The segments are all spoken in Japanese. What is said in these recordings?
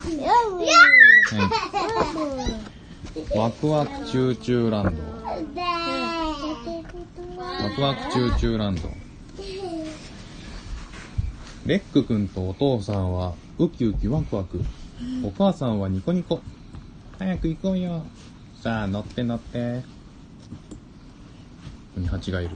ワクワクチューチューランド。ワクワクチューチューランド。レック君とお父さんはウキウキワクワク。お母さんはニコニコ。早く行こうよ。さあ乗って乗って。ここに蜂がいる。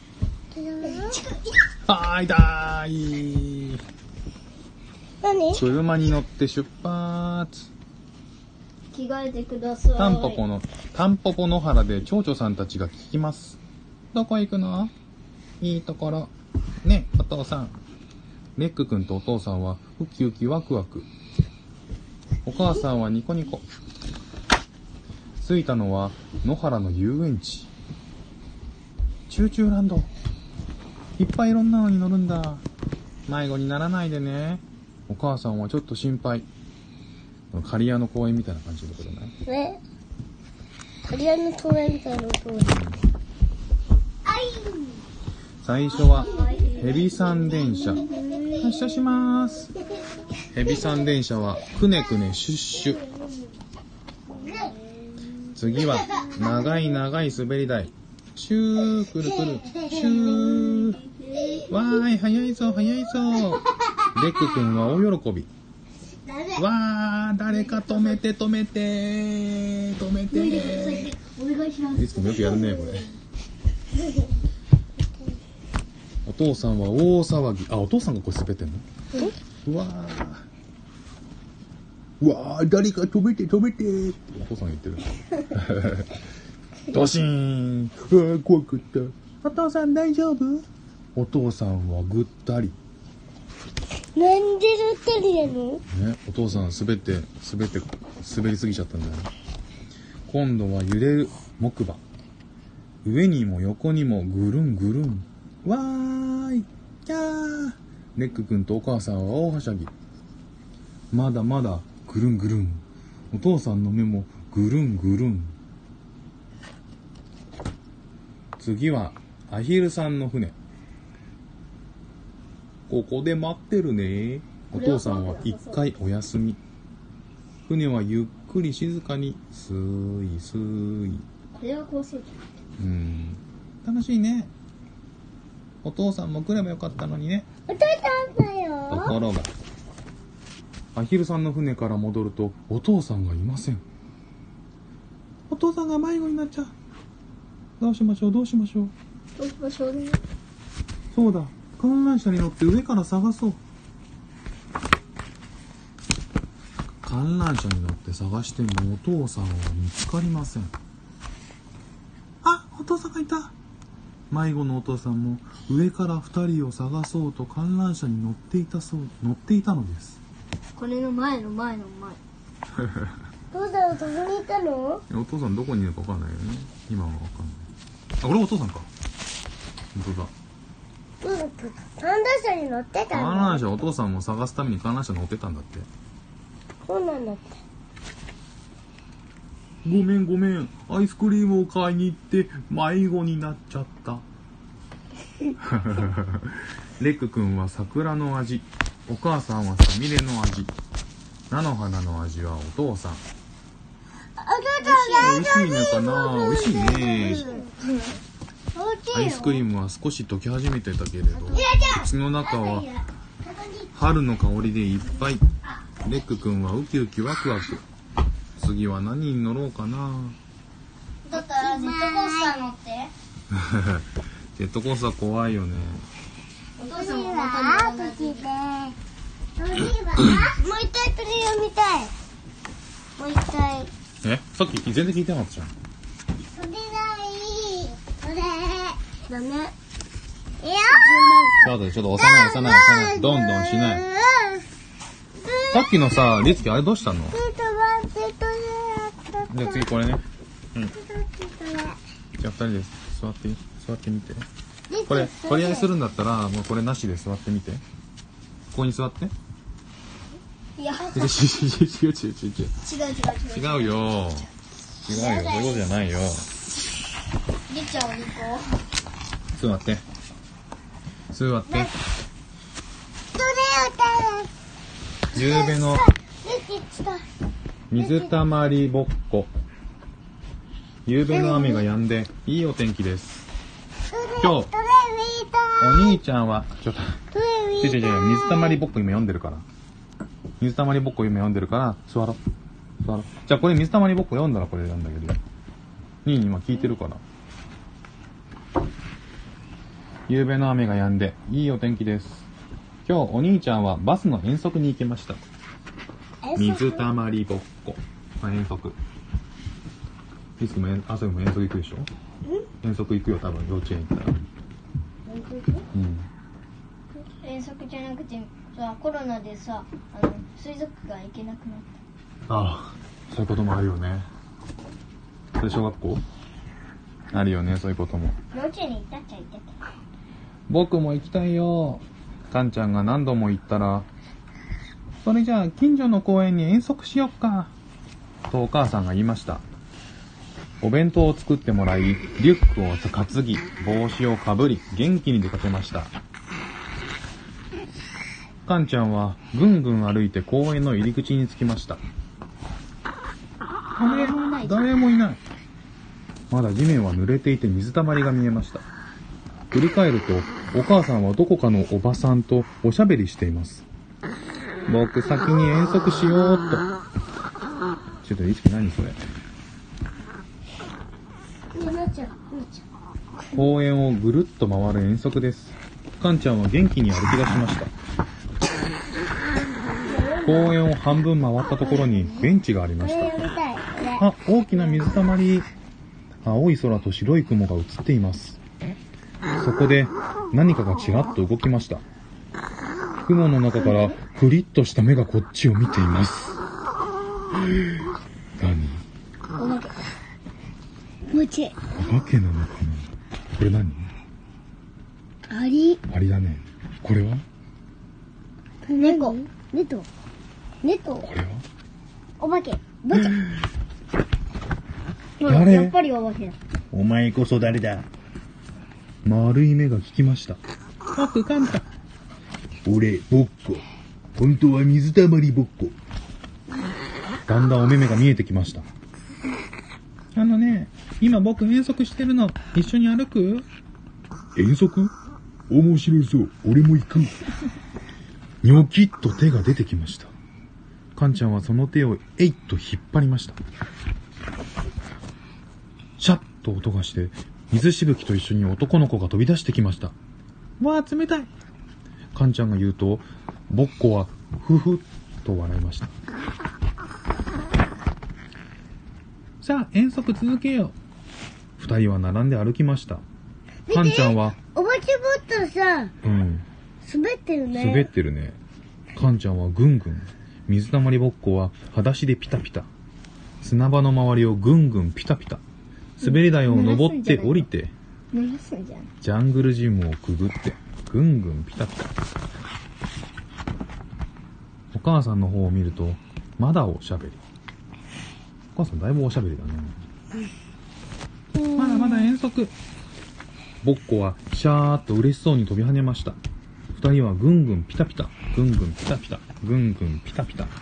あー、痛い。 何？ 車に乗って出発。 着替えてください。 タンポポ野原で蝶々さんたちが聞きます。どこ行くの？いいところ。ね、お父さん。レック君とお父さんはウキウキワクワク。お母さんはニコニコ。着いたのは野原の遊園地。チューチューランド。いっぱいいろんなのに乗るんだ。迷子にならないでね。お母さんはちょっと心配。刈谷の公園みたいな感じのことない？ ね。刈谷の公園みたいな公園。 最初はヘビ山電車。発車します。ヘビ山電車はくねくねシュッシュ。次は長い長い滑り台。シューくるくるシュー。わーい、早いぞ早いぞ。レック君は大喜び。わー、誰か止めて止めて止めて。いつもよくやるねこれ。お父さんは大騒ぎ。あ、お父さんがこれ滑ってんの？うわー。うわー、誰か止めて止めて。お父さんが言ってる。ドシーン。うわー、怖かった。お父さん大丈夫？お父さんはぐったり。 なんでぐったりなの？ ね、お父さん滑りすぎちゃったんだよね。今度は揺れる木馬。上にも横にもぐるんぐるん。わーい、キャー。レック君とお母さんは大はしゃぎ。まだまだぐるんぐるん。お父さんの目もぐるんぐるん。次はアヒルさんの船。ここで待ってるね。お父さんは一回お休み。船はゆっくり静かにスーイスーイ。 これは高速。 楽しいね。お父さんも来ればよかったのにね。 お父さんだよ。 ところがアヒルさんの船から戻るとお父さんがいません。お父さんが迷子になっちゃう。どうしましょうどうしましょう。 どうしましょうね。 そうだ、観覧車に乗って上から探そう。観覧車に乗って探してもお父さんは見つかりません。あ、お父さんがいた。迷子のお父さんも上から2人を探そうと観覧車に乗っていたのです。 これの前の前の前。お父さんはどこにいたの？ お父さんどこにいるか分かんないよね。今は分かんない。あ、これお父さんか。本当だ。 観覧車に乗ってたの？ 観覧車、お父さんも探すために観覧車乗ってたんだって。 そうなんだって。 ごめんごめん、アイスクリームを買いに行って迷子になっちゃった。レック君は桜の味、お母さんはさみれの味、菜の花の味はお父さん。美味しいのかな。美味しいね。アイスクリームは少し溶け始めてたけれど、口の中は春の香りでいっぱい。レック君はウキウキワクワク。次は何に乗ろうかな。 だったらジェットコースター乗って。 ジェットコースター怖いよね。 お父さんもまた乗らない。もう一回鳥を見たい。もう一回。 さっき全然聞いてなかったじゃん。 飛べない。それ。ダメ。いやちょっと押さない。どんどんしない。さっきのさ、りつきあれどうしたの？じゃあ次これね。じゃあ2人で座ってみて。これ取り合いするんだったらもうこれなしで座ってみて。ここに座って。 いや。 違うよ。そういうことじゃないよ。 りっちゃんは2個。 座って。10べの水たまりぼっこ。夕べの雨が止んで、いいお天気です。今日、お兄ちゃんは、違う、水たまりぼっこ今読んでるから。水たまりぼっこ今読んでるから、座ろう。じゃあこれ水たまりぼっこ読んだらこれなんだけど。兄に今聞いてるから。夕べの雨が止んで、いいお天気です。今日お兄ちゃんはバスの遠足に行きました。水たまりぼっこ。遠足。いつも朝も遠足行くでしょ？遠足行くよ、多分幼稚園行ったら。 遠足じゃなくてさ、コロナでさ、水族館行けなくなった。 ああ、そういうこともあるよね。それ小学校？あるよね、そういうことも。 幼稚園に行ったっちゃ行ってた。 僕も行きたいよ。かんちゃんが何度も言ったら、それじゃあ近所の公園に遠足しよっか、とお母さんが言いました。お弁当を作ってもらい、リュックを担ぎ、帽子をかぶり、元気に出かけました。かんちゃんはぐんぐん歩いて公園の入り口に着きました。誰もいない。まだ地面は濡れていて水たまりが見えました。振り返ると、お母さんはどこかのおばさんとおしゃべりしています。僕先に遠足しようっと。ちょっと意識何それ。公園をぐるっと回る遠足です。かんちゃんは元気に歩き出しました。公園を半分回ったところにベンチがありました。あ、大きな水たまり。青い空と白い雲が映っています。そこで何かがちらっと動きました。雲の中からクリッとした目がこっちを見ています。何？ お化け。もち。 お化けなのかな？これ何？ アリ。 アリだね。これは？ 猫。 これは？ お化け。ブチャ。 誰？ やっぱりお化けだ。 お前こそ誰だ？丸い目が聞きました。僕、カンタ。俺、ぼっこ。本当は水たまりぼっこ。だんだんお目目が見えてきました。今僕遠足してるの。一緒に歩く？遠足？面白そう。俺も行く。ニョキッと手が出てきました。カンちゃんはその手をえいっと引っ張りました。シャッと音がして、水しぶきと一緒に男の子が飛び出してきました。わあ、冷たい。カンちゃんが言うと、ぼっこはふふっと笑いました。さあ、遠足続けよう。二人は並んで歩きました。カンちゃんは、 お化けボットさ、滑ってるね。 滑ってるね。カンちゃんはぐんぐん。水たまりぼっこは裸足でピタピタ。砂場の周りをぐんぐんピタピタ。滑り台を登って降りて、ジャングルジムをくぐって、ぐんぐんピタピタ。お母さんの方を見ると、まだおしゃべり。お母さんだいぶおしゃべりだね。まだまだ遠足。ぼっこはシャーっと嬉しそうに飛び跳ねました。二人はぐんぐんピタピタ、ぐんぐんピタピタ、ぐんぐんピタピタ。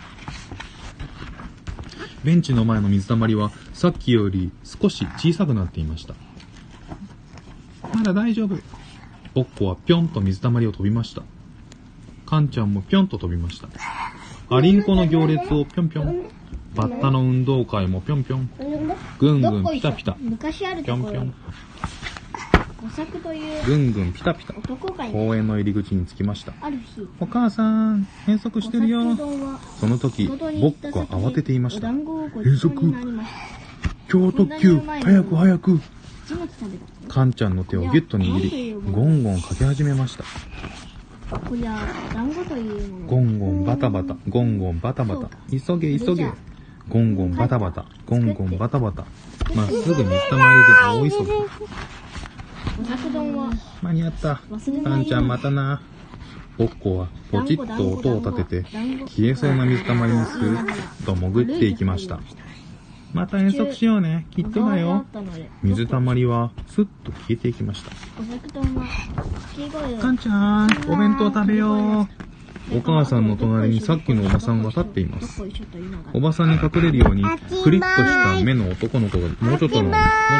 ベンチの前の水たまりはさっきより少し小さくなっていました。まだ大丈夫。ぼっこはぴょんと水たまりを飛びました。かんちゃんもぴょんと飛びました。アリンコの行列をぴょんぴょん。バッタの運動会もぴょんぴょん。ぐんぐんピタピタ。 昔あるところ。 ぴょんぴょん。 お作というぐんぐんピタピタ。公園の入り口に着きました。 ある日、 お母さん、遠足してるよ。その時、ぼっこは慌てていました。遠足？超特急、早く早く。かんちゃんの手をギュッと握り、ゴンゴンかけ始めました。 こりゃ団子というもの。 ゴンゴンバタバタ、ゴンゴンバタバタ。急げ急げ。ゴンゴンバタバタ、ゴンゴンバタバタ。まっすぐ水たまりで大急ぎ。 お作丼は間に合った。かんちゃんまたな。ぼっこはポチッと音を立てて、消えそうな水たまりにスーッと潜っていきました。また遠足しようね。きっとだよ。水たまりはスッと消えていきました。かんちゃん、お弁当食べよう。 お母さんの隣にさっきのおばさんが立っています。 どっこいしょと言いながら。 おばさんに隠れるようにクリッとした目の男の子がもうちょっとなの。もうちょっとな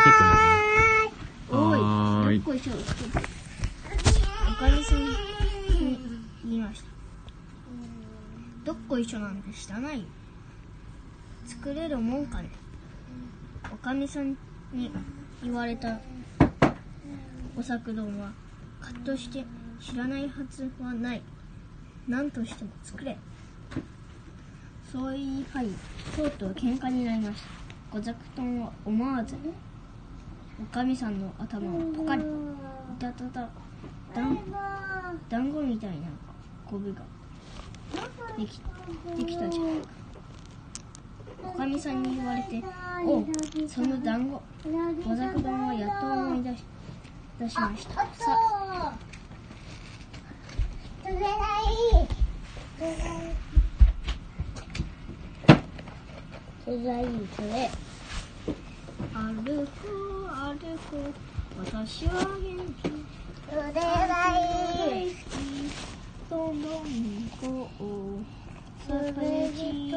の。はーい。 どっこいしょを作って、おかみさんに言いました。どっこいしょなんて知らないよ。作れるもんかね。おかみさんに言われたお作丼はカットして知らないはずはない。何としても作れ。そう言い張り、とうとう喧嘩になりました。ござくとんは思わずおかみさんの頭をポカリ。いたたた、団子みたいなコブができたじゃん。おかみさんに言われて、おう、その団子、ござく丼はやっと思い出しました。さあ、 それがいい。それがいい、それ。 歩く私は元気。 それがいい。 その向こう、それ